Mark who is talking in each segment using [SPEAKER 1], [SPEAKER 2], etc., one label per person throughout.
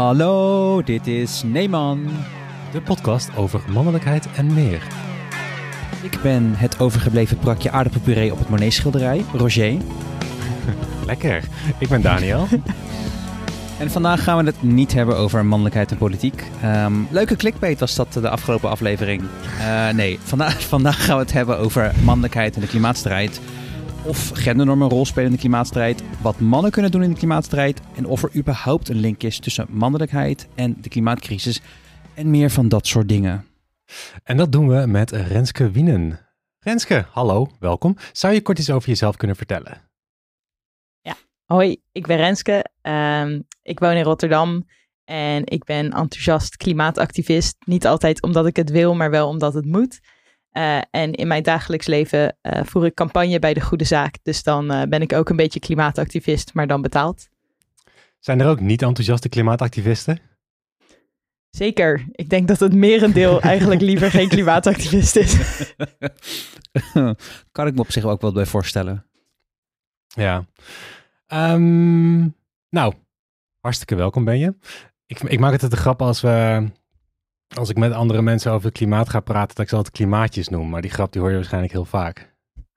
[SPEAKER 1] Hallo, dit is Neeman.
[SPEAKER 2] De podcast over mannelijkheid en meer.
[SPEAKER 1] Ik ben het overgebleven prakje aardappelpuree op het Monet-schilderij, Roger.
[SPEAKER 2] Lekker, ik ben Daniel.
[SPEAKER 1] En vandaag gaan we het niet hebben over mannelijkheid en politiek. Leuke clickbait was dat de afgelopen aflevering. Nee, vandaag gaan we het hebben over mannelijkheid en de klimaatstrijd. Of gendernormen een rol spelen in de klimaatstrijd. Wat mannen kunnen doen in de klimaatstrijd. En of er überhaupt een link is tussen mannelijkheid en de klimaatcrisis. En meer van dat soort dingen.
[SPEAKER 2] En dat doen we met Renske Wienen. Renske, hallo, welkom. Zou je kort iets over jezelf kunnen vertellen?
[SPEAKER 3] Ja, hoi, ik ben Renske. Ik woon in Rotterdam en ik ben enthousiast klimaatactivist. Niet altijd omdat ik het wil, maar wel omdat het moet. En in mijn dagelijks leven voer ik campagne bij de goede zaak. Dus dan ben ik ook een beetje klimaatactivist, maar dan betaald.
[SPEAKER 2] Zijn er ook niet enthousiaste klimaatactivisten?
[SPEAKER 3] Zeker. Ik denk dat het merendeel eigenlijk liever geen klimaatactivist is.
[SPEAKER 1] Kan ik me op zich ook wel bij voorstellen.
[SPEAKER 2] Ja. Nou, hartstikke welkom ben je. Ik maak het een grap als ik met andere mensen over het klimaat ga praten, dat ik ze altijd klimaatjes noem. Maar die grap die hoor je waarschijnlijk heel vaak.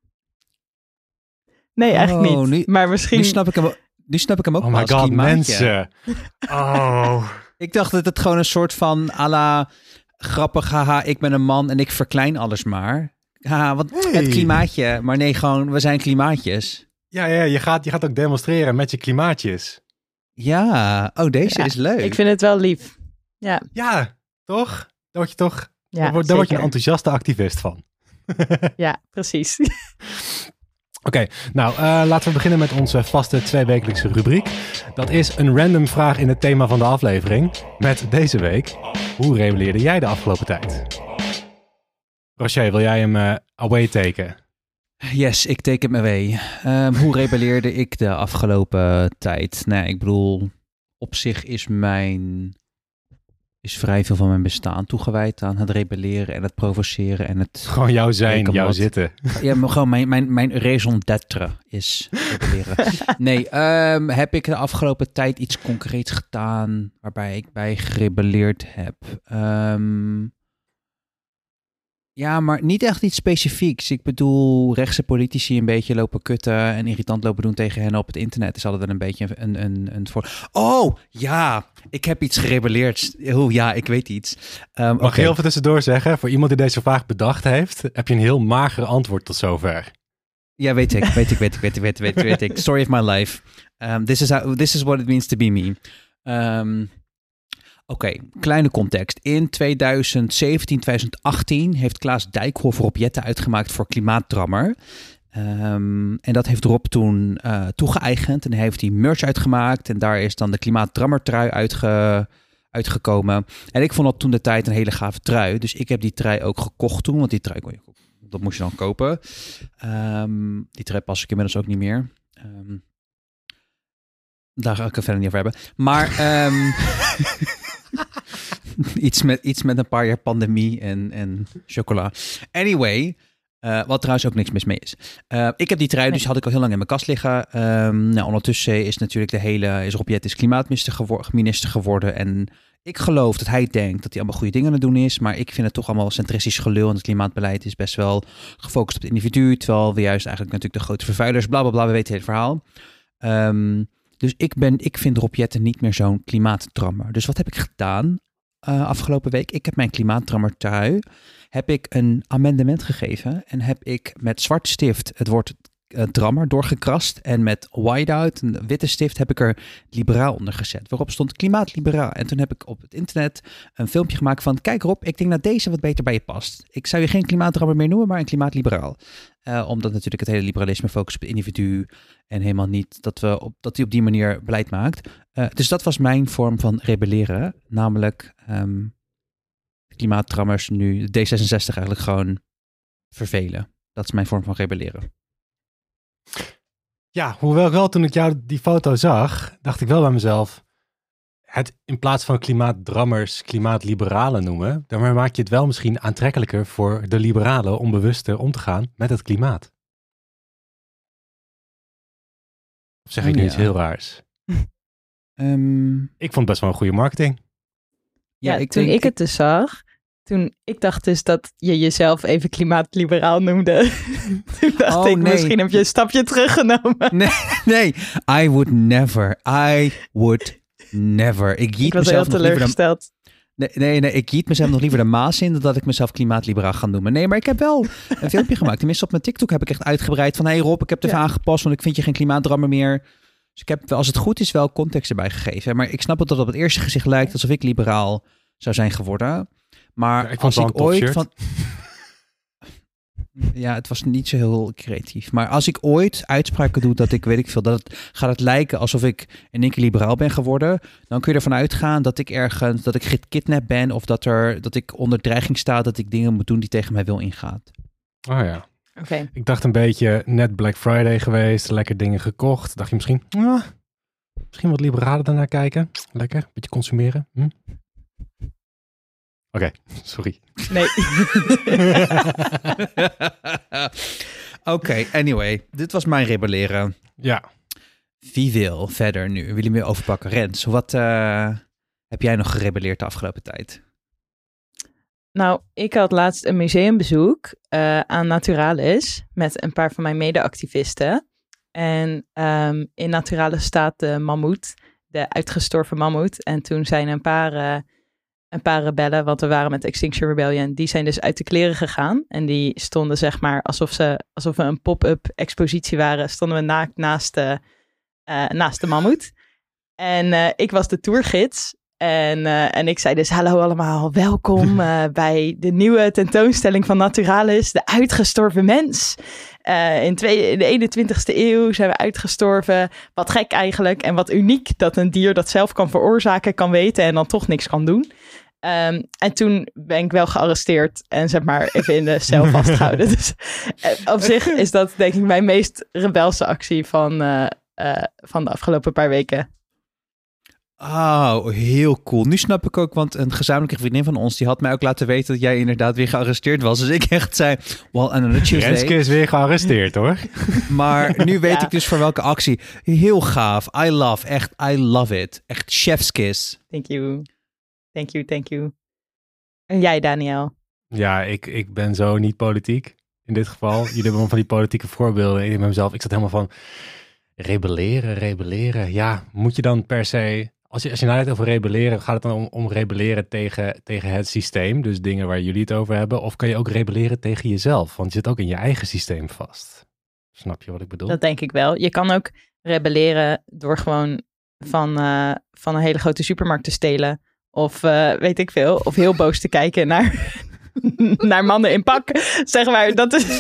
[SPEAKER 3] Nee, eigenlijk niet. Maar misschien...
[SPEAKER 1] Nu snap ik hem ook
[SPEAKER 2] oh
[SPEAKER 1] wel
[SPEAKER 2] my
[SPEAKER 1] als
[SPEAKER 2] god,
[SPEAKER 1] klimaatje.
[SPEAKER 2] mensen. Oh.
[SPEAKER 1] Ik dacht dat het gewoon een soort van à la grappig, haha, ik ben een man en ik verklein alles maar. Haha, wat het klimaatje. Maar nee, gewoon, we zijn klimaatjes.
[SPEAKER 2] Ja, je gaat ook demonstreren met je klimaatjes.
[SPEAKER 1] Ja, deze is leuk.
[SPEAKER 3] Ik vind het wel lief.
[SPEAKER 2] Ja, toch? Daar word je toch...
[SPEAKER 3] Ja,
[SPEAKER 2] daar word je een enthousiaste activist van.
[SPEAKER 3] Ja, precies.
[SPEAKER 2] Oké, nou laten we beginnen met onze vaste tweewekelijkse rubriek. Dat is een random vraag in het thema van de aflevering. Met deze week, hoe rebelleerde jij de afgelopen tijd? Roger, wil jij hem away taken?
[SPEAKER 1] Yes, ik take hem away. Hoe rebelleerde ik de afgelopen tijd? Nou, ik bedoel, op zich is vrij veel van mijn bestaan toegewijd aan het rebelleren en het provoceren en het...
[SPEAKER 2] Gewoon jouw zijn, jouw zitten.
[SPEAKER 1] Ja, maar gewoon mijn raison d'être is rebelleren. Nee, heb ik de afgelopen tijd iets concreets gedaan waarbij ik bij gerebelleerd heb? Ja, maar niet echt iets specifieks. Ik bedoel, rechtse politici een beetje lopen kutten en irritant lopen doen tegen hen op het internet. Is altijd wel een beetje een voor. Oh, ja, ik heb iets gerebelleerd. Oh ja, ik weet iets.
[SPEAKER 2] Mag ik heel veel tussendoor zeggen? Voor iemand die deze vraag bedacht heeft, heb je een heel mager antwoord tot zover.
[SPEAKER 1] Ja, weet ik. Story of my life. This is what it means to be me. Oké, kleine context. In 2017, 2018 heeft Klaas Dijkhoff Rob Jetten uitgemaakt voor Klimaatdrammer. En dat heeft Rob toen toegeëigend. En hij heeft die merch uitgemaakt. En daar is dan de Klimaatdrammer trui uitgekomen. En ik vond dat toen de tijd een hele gave trui. Dus ik heb die trui ook gekocht toen. Want die trui dat moest je dan kopen. Die trui pas ik inmiddels ook niet meer. Daar ga ik het verder niet over hebben. Maar... iets met een paar jaar pandemie en chocola. Anyway, wat trouwens ook niks mis mee is. Ik heb die trui, dus had ik al heel lang in mijn kast liggen. Ondertussen is natuurlijk Rob Jetten klimaatminister geworden. En ik geloof dat hij denkt dat hij allemaal goede dingen aan het doen is. Maar ik vind het toch allemaal centristisch gelul. En het klimaatbeleid is best wel gefocust op het individu. Terwijl we juist eigenlijk natuurlijk de grote vervuilers, blablabla, we weten het hele verhaal. Dus ik vind Rob Jetten niet meer zo'n klimaatdrammer. Dus wat heb ik gedaan afgelopen week? Ik heb mijn klimaatdrammer trui, heb ik een amendement gegeven en heb ik met zwarte stift het woord drammer doorgekrast en met whiteout, een witte stift, heb ik er liberaal onder gezet. Waarop stond klimaatliberaal. En toen heb ik op het internet een filmpje gemaakt van, kijk Rob, ik denk dat deze wat beter bij je past. Ik zou je geen klimaatdrammer meer noemen, maar een klimaatliberaal. Omdat natuurlijk het hele liberalisme focust op het individu en helemaal niet dat hij op die manier beleid maakt. Dus dat was mijn vorm van rebelleren. Namelijk klimaatdrammers nu, D66 eigenlijk gewoon vervelen. Dat is mijn vorm van rebelleren.
[SPEAKER 2] Ja, hoewel wel toen ik jou die foto zag, dacht ik wel bij mezelf, het in plaats van klimaatdrammers klimaatliberalen noemen, daarmee maak je het wel misschien aantrekkelijker voor de liberalen om bewuster om te gaan met het klimaat. Of zeg ik nu iets heel raars? Ik vond het best wel een goede marketing.
[SPEAKER 3] Toen ik het dus zag, ik dacht dus dat je jezelf even klimaatliberaal noemde. Toen dacht ik, misschien heb je een stapje teruggenomen.
[SPEAKER 1] Nee, I would never. Ik was
[SPEAKER 3] heel teleurgesteld.
[SPEAKER 1] Nee, ik giet mezelf nog liever de Maas in dan dat ik mezelf klimaatliberaal ga noemen. Nee, maar ik heb wel een filmpje gemaakt. Tenminste, op mijn TikTok heb ik echt uitgebreid van... Hey Rob, ik heb het even aangepast, want ik vind je geen klimaatdrammer meer. Dus ik heb, als het goed is, wel context erbij gegeven. Maar ik snap dat het op het eerste gezicht lijkt alsof ik liberaal zou zijn geworden. Maar als ik ooit van... Ja, het was niet zo heel creatief. Maar als ik ooit uitspraken doe dat ik, weet ik veel, gaat het lijken alsof ik in één keer liberaal ben geworden, dan kun je ervan uitgaan dat ik gekidnapt ben of dat ik onder dreiging sta dat ik dingen moet doen die tegen mij wil ingaat.
[SPEAKER 2] Oh ja.
[SPEAKER 3] Okay.
[SPEAKER 2] Ik dacht een beetje net Black Friday geweest, lekker dingen gekocht. Dacht je misschien, misschien wat liberaler daarnaar kijken. Lekker, een beetje consumeren. Oké, sorry.
[SPEAKER 3] Nee.
[SPEAKER 1] Oké, anyway. Dit was mijn rebelleren.
[SPEAKER 2] Ja.
[SPEAKER 1] Wie wil verder nu? Wil je meer overpakken? Rens, wat heb jij nog gerebelleerd de afgelopen tijd?
[SPEAKER 3] Nou, ik had laatst een museumbezoek aan Naturalis met een paar van mijn mede-activisten. En in Naturalis staat de mammoet, de uitgestorven mammoet. En toen zijn een paar rebellen, want we waren met Extinction Rebellion, die zijn dus uit de kleren gegaan. En die stonden zeg maar alsof we een pop-up expositie waren, stonden we naakt naast de mammoet. En ik was de tourgids. En ik zei dus, hallo allemaal, welkom bij de nieuwe tentoonstelling van Naturalis, de uitgestorven mens. In de 21ste eeuw zijn we uitgestorven. Wat gek eigenlijk en wat uniek dat een dier dat zelf kan veroorzaken, kan weten en dan toch niks kan doen. En toen ben ik wel gearresteerd en zeg maar even in de cel vastgehouden. Dus op zich is dat denk ik mijn meest rebelse actie van de afgelopen paar weken.
[SPEAKER 1] Oh, heel cool. Nu snap ik ook, want een gezamenlijke vriendin van ons, die had mij ook laten weten dat jij inderdaad weer gearresteerd was. Dus ik echt zei, well, another Tuesday.
[SPEAKER 2] Renske is weer gearresteerd hoor.
[SPEAKER 1] Maar nu weet ik dus voor welke actie. Heel gaaf. I love it. Echt chef's kiss.
[SPEAKER 3] Thank you. En jij, Daniel?
[SPEAKER 2] Ja, ik ben zo niet politiek in dit geval. Jullie hebben van die politieke voorbeelden in mezelf. Ik zat helemaal van rebelleren. Ja, moet je dan per se... Als je nou het over rebelleren, gaat het dan om rebelleren tegen het systeem? Dus dingen waar jullie het over hebben. Of kan je ook rebelleren tegen jezelf? Want je zit ook in je eigen systeem vast. Snap je wat ik bedoel?
[SPEAKER 3] Dat denk ik wel. Je kan ook rebelleren door gewoon van een hele grote supermarkt te stelen. Of weet ik veel. Of heel boos te kijken naar mannen in pak. Zeg maar,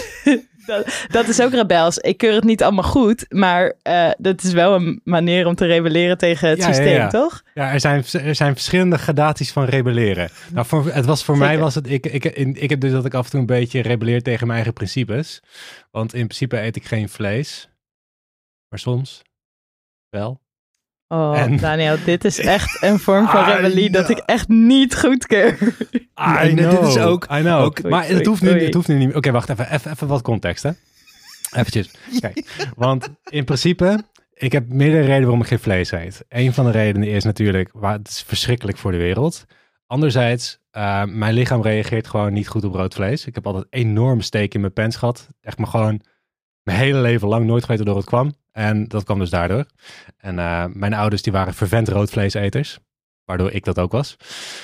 [SPEAKER 3] dat is ook rebels. Ik keur het niet allemaal goed. Maar dat is wel een manier om te rebelleren tegen het systeem, toch?
[SPEAKER 2] Ja, er zijn verschillende gradaties van rebelleren. Nou, voor mij was het... Ik heb dus dat ik af en toe een beetje rebelleer tegen mijn eigen principes. Want in principe eet ik geen vlees. Maar soms wel.
[SPEAKER 3] Oh, Daniel, dit is echt een vorm van rebellie dat ik echt niet goedkeur.
[SPEAKER 1] Dit is ook...
[SPEAKER 2] I know. Maar het hoeft nu niet... Oké, wacht even wat context, hè. Eventjes. Kijk, want in principe, ik heb meerdere redenen waarom ik geen vlees eet. Een van de redenen is natuurlijk, het is verschrikkelijk voor de wereld. Anderzijds, mijn lichaam reageert gewoon niet goed op rood vlees. Ik heb altijd enorme steek in mijn pens gehad. Echt maar gewoon mijn hele leven lang nooit geweten door het kwam. En dat kwam dus daardoor. En mijn ouders die waren fervent roodvleeseters. Waardoor ik dat ook was.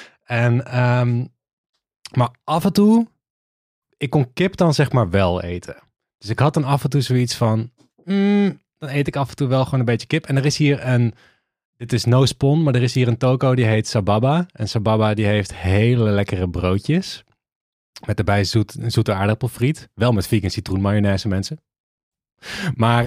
[SPEAKER 2] Maar af en toe, ik kon kip dan zeg maar wel eten. Dus ik had dan af en toe zoiets van, dan eet ik af en toe wel gewoon een beetje kip. En er is hier dit is no spon, maar er is hier een toko die heet Sababa. En Sababa die heeft hele lekkere broodjes. Met daarbij zoete aardappelfriet. Wel met vegan citroen mayonaise, mensen. Maar,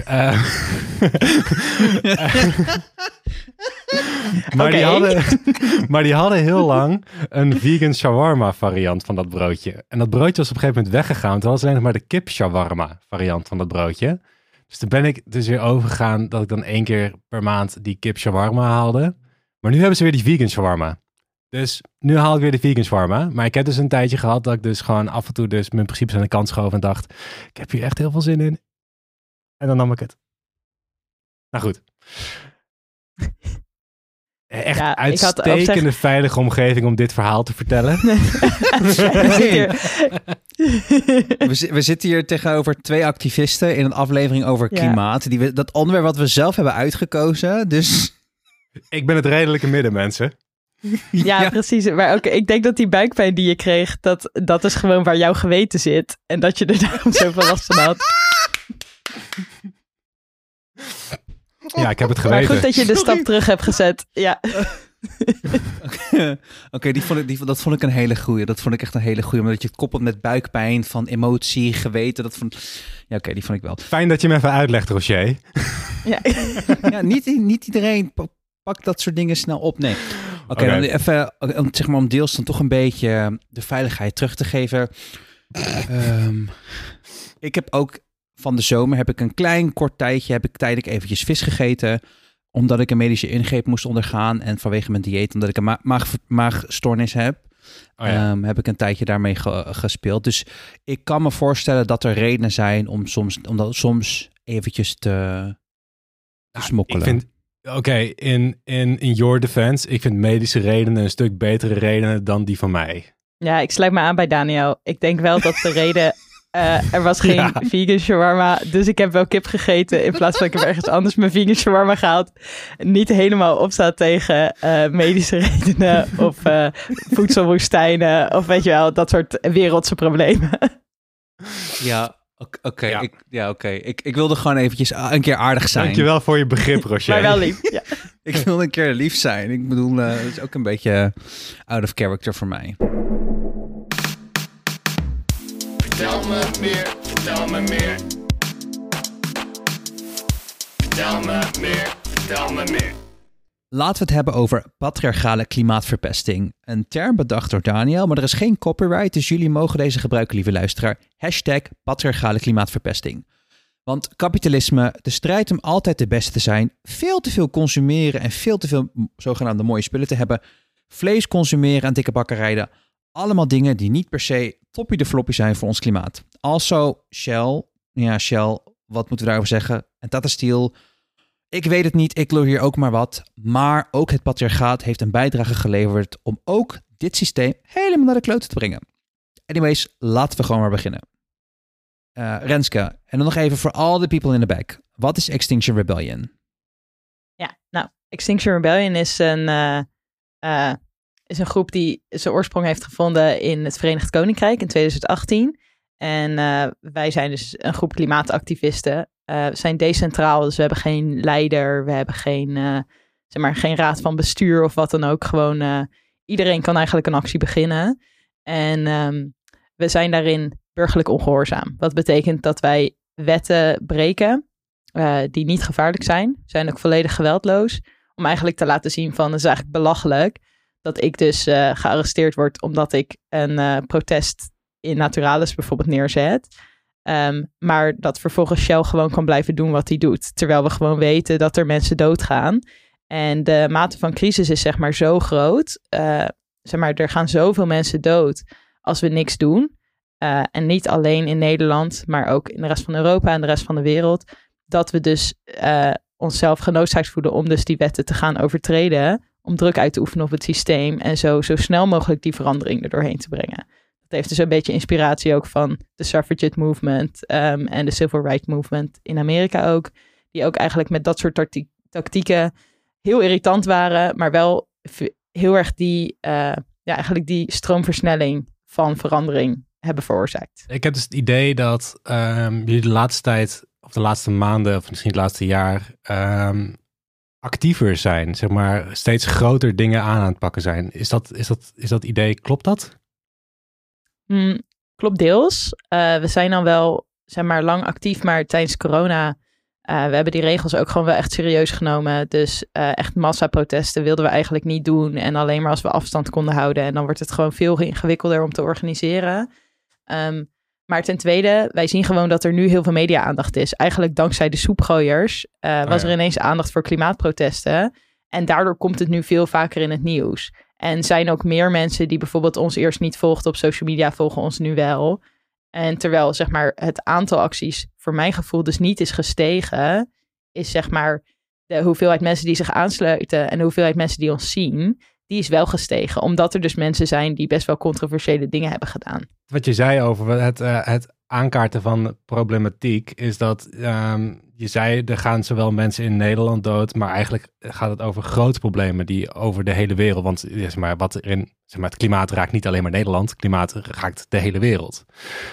[SPEAKER 2] maar die hadden heel lang een vegan shawarma variant van dat broodje. En dat broodje was op een gegeven moment weggegaan. Toen was alleen nog maar de kip shawarma variant van dat broodje. Dus toen ben ik dus weer overgegaan dat ik dan 1 keer per maand die kip shawarma haalde. Maar nu hebben ze weer die vegan shawarma. Dus nu haal ik weer de vegan shawarma. Maar ik heb dus een tijdje gehad dat ik dus gewoon af en toe dus mijn principes aan de kant schoof en dacht, ik heb hier echt heel veel zin in. En dan nam ik het. Nou goed. Echt
[SPEAKER 3] Ja,
[SPEAKER 2] uitstekende veilige omgeving om dit verhaal te vertellen.
[SPEAKER 1] We zitten hier tegenover 2 activisten in een aflevering over klimaat. Dat onderwerp wat we zelf hebben uitgekozen. Dus
[SPEAKER 2] ik ben het redelijke midden, mensen.
[SPEAKER 3] Ja, precies. Maar ook, ik denk dat die buikpijn die je kreeg, dat is gewoon waar jouw geweten zit. En dat je er daarom zoveel last van had.
[SPEAKER 2] Ja, ik heb het geweten.
[SPEAKER 3] Maar goed dat je de stap terug hebt gezet. Ja.
[SPEAKER 1] Oké, dat vond ik een hele goeie. Dat vond ik echt een hele goeie. Omdat je het koppelt met buikpijn, van emotie, geweten. Ja, oké, die vond ik wel.
[SPEAKER 2] Fijn dat je me even uitlegt, Roger.
[SPEAKER 3] Ja,
[SPEAKER 1] ja niet iedereen pakt dat soort dingen snel op. Nee. Oké, dan even, zeg maar, om deels dan toch een beetje de veiligheid terug te geven. Ik heb ook van de zomer een klein kort tijdje tijdelijk eventjes vis gegeten, omdat ik een medische ingreep moest ondergaan en vanwege mijn dieet, omdat ik een maagstoornis heb. Oh ja. Heb ik een tijdje daarmee gespeeld. Dus ik kan me voorstellen dat er redenen zijn om dat soms eventjes te smokkelen.
[SPEAKER 2] Oké, in your defense, ik vind medische redenen een stuk betere redenen dan die van mij.
[SPEAKER 3] Ja, ik sluit me aan bij Daniel. Ik denk wel dat de reden... er was geen vegan shawarma, dus ik heb wel kip gegeten in plaats van ik heb ergens anders mijn vegan shawarma gehaald. Niet helemaal opstaat tegen medische redenen of voedselwoestijnen of weet je wel, dat soort wereldse problemen.
[SPEAKER 1] Ja, oké. Ik wilde gewoon eventjes een keer aardig zijn.
[SPEAKER 2] Dankjewel voor je begrip, Roger.
[SPEAKER 3] Maar wel lief, ja.
[SPEAKER 1] Ik wilde een keer lief zijn. Ik bedoel, dat is ook een beetje out of character voor mij.
[SPEAKER 4] Vertel me meer, vertel me meer. Vertel me meer, vertel me meer.
[SPEAKER 1] Laten we het hebben over patriarchale klimaatverpesting. Een term bedacht door Daniel, maar er is geen copyright, dus jullie mogen deze gebruiken, lieve luisteraar. #patriarchale klimaatverpesting. Want kapitalisme, de strijd om altijd de beste te zijn, veel te veel consumeren en veel te veel zogenaamde mooie spullen te hebben, vlees consumeren en dikke bakken rijden, allemaal dingen die niet per se toppie de floppie zijn voor ons klimaat. Also, Shell, wat moeten we daarover zeggen? En Tata Steel, ik weet het niet, ik leer hier ook maar wat. Maar ook het patriarchaat heeft een bijdrage geleverd om ook dit systeem helemaal naar de kloten te brengen. Anyways, laten we gewoon maar beginnen. Renske, en dan nog even voor all the people in the back. Wat is Extinction Rebellion?
[SPEAKER 3] Ja, nou, Extinction Rebellion is een groep die zijn oorsprong heeft gevonden in het Verenigd Koninkrijk in 2018. En wij zijn dus een groep klimaatactivisten. We zijn decentraal, dus we hebben geen leider, we hebben geen raad van bestuur of wat dan ook. Gewoon iedereen kan eigenlijk een actie beginnen. En we zijn daarin burgerlijk ongehoorzaam. Wat betekent dat wij wetten breken die niet gevaarlijk zijn. Zijn ook volledig geweldloos. Om eigenlijk te laten zien van, het is eigenlijk belachelijk dat ik dus gearresteerd word omdat ik een protest in Naturalis bijvoorbeeld neerzet. Maar dat vervolgens Shell gewoon kan blijven doen wat hij doet. Terwijl we gewoon weten dat er mensen doodgaan. En de mate van crisis is zeg maar zo groot. Er gaan zoveel mensen dood als we niks doen. En niet alleen in Nederland, maar ook in de rest van Europa en de rest van de wereld. Dat we dus onszelf genoodzaakt voelen om dus die wetten te gaan overtreden. Om druk uit te oefenen op het systeem. En zo snel mogelijk die verandering er doorheen te brengen. Dat heeft dus een beetje inspiratie ook van de suffragette movement en de civil rights movement in Amerika ook. Die ook eigenlijk met dat soort tactieken heel irritant waren, maar wel heel erg eigenlijk die stroomversnelling van verandering hebben veroorzaakt.
[SPEAKER 2] Ik heb dus het idee dat jullie de laatste tijd, of de laatste maanden, of misschien het laatste jaar, actiever zijn. Zeg maar, steeds groter dingen aan het pakken zijn. Is dat idee, klopt dat?
[SPEAKER 3] Klopt deels. We zijn dan wel, lang actief, maar tijdens corona, we hebben die regels ook gewoon wel echt serieus genomen. Dus echt massaprotesten wilden we eigenlijk niet doen. En alleen maar als we afstand konden houden. En dan wordt het gewoon veel ingewikkelder om te organiseren. Maar ten tweede, wij zien gewoon dat er nu heel veel media-aandacht is. Eigenlijk dankzij de soepgooiers was er ineens aandacht voor klimaatprotesten. En daardoor komt het nu veel vaker in het nieuws. En zijn ook meer mensen die bijvoorbeeld ons eerst niet volgden op social media, volgen ons nu wel. En terwijl het aantal acties voor mijn gevoel dus niet is gestegen, is de hoeveelheid mensen die zich aansluiten en de hoeveelheid mensen die ons zien, die is wel gestegen. Omdat er dus mensen zijn die best wel controversiële dingen hebben gedaan.
[SPEAKER 2] Wat je zei over het aankaarten van problematiek is dat je zei er gaan zowel mensen in Nederland dood, maar eigenlijk gaat het over grote problemen die over de hele wereld, want het klimaat raakt niet alleen maar Nederland, het klimaat raakt de hele wereld.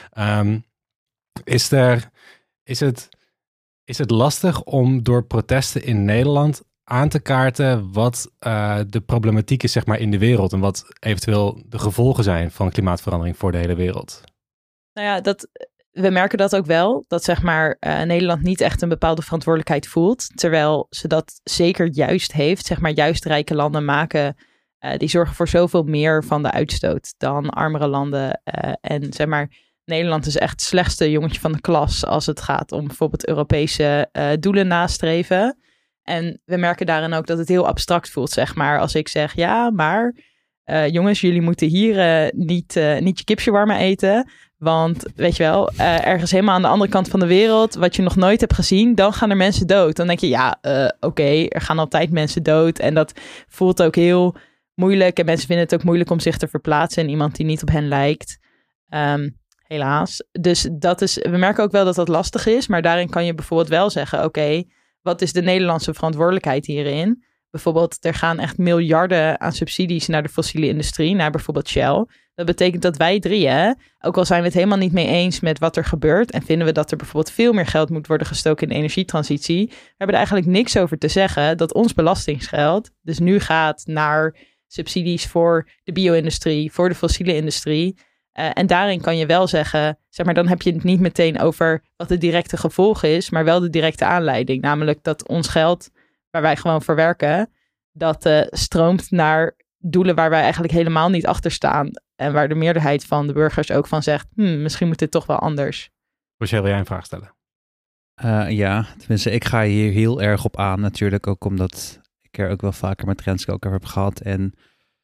[SPEAKER 2] Is het lastig om door protesten in Nederland aan te kaarten wat de problematiek is, zeg maar, in de wereld en wat eventueel de gevolgen zijn van klimaatverandering voor de hele wereld?
[SPEAKER 3] Nou ja, we merken dat ook wel, dat zeg maar Nederland niet echt een bepaalde verantwoordelijkheid voelt, terwijl ze dat zeker juist heeft. Zeg maar juist rijke landen die zorgen voor zoveel meer van de uitstoot dan armere landen. En zeg maar, Nederland is echt het slechtste jongetje van de klas als het gaat om bijvoorbeeld Europese doelen nastreven. En we merken daarin ook dat het heel abstract voelt, zeg maar. Als ik zeg, ja, maar jongens, jullie moeten hier niet je kipshawarma eten. Want, weet je wel, ergens helemaal aan de andere kant van de wereld, wat je nog nooit hebt gezien, dan gaan er mensen dood. Dan denk je, ja, oké, er gaan altijd mensen dood. En dat voelt ook heel moeilijk. En mensen vinden het ook moeilijk om zich te verplaatsen in iemand die niet op hen lijkt. Helaas. Dus we merken ook wel dat dat lastig is. Maar daarin kan je bijvoorbeeld wel zeggen, oké, wat is de Nederlandse verantwoordelijkheid hierin? Bijvoorbeeld, er gaan echt miljarden aan subsidies naar de fossiele industrie, naar bijvoorbeeld Shell. Dat betekent dat wij drieën, ook al zijn we het helemaal niet mee eens met wat er gebeurt en vinden we dat er bijvoorbeeld veel meer geld moet worden gestoken in de energietransitie, we hebben er eigenlijk niks over te zeggen dat ons belastingsgeld dus nu gaat naar subsidies voor de bio-industrie, voor de fossiele industrie. En daarin kan je wel zeggen, zeg maar, dan heb je het niet meteen over wat de directe gevolg is, maar wel de directe aanleiding. Namelijk dat ons geld, waar wij gewoon voor werken, dat stroomt naar doelen waar wij eigenlijk helemaal niet achter staan. En waar de meerderheid van de burgers ook van zegt, misschien moet dit toch wel anders.
[SPEAKER 2] Rochelle, wil jij een vraag stellen?
[SPEAKER 1] Ja, tenminste, ik ga hier heel erg op aan natuurlijk. Ook omdat ik er ook wel vaker met Renske ook over heb gehad. En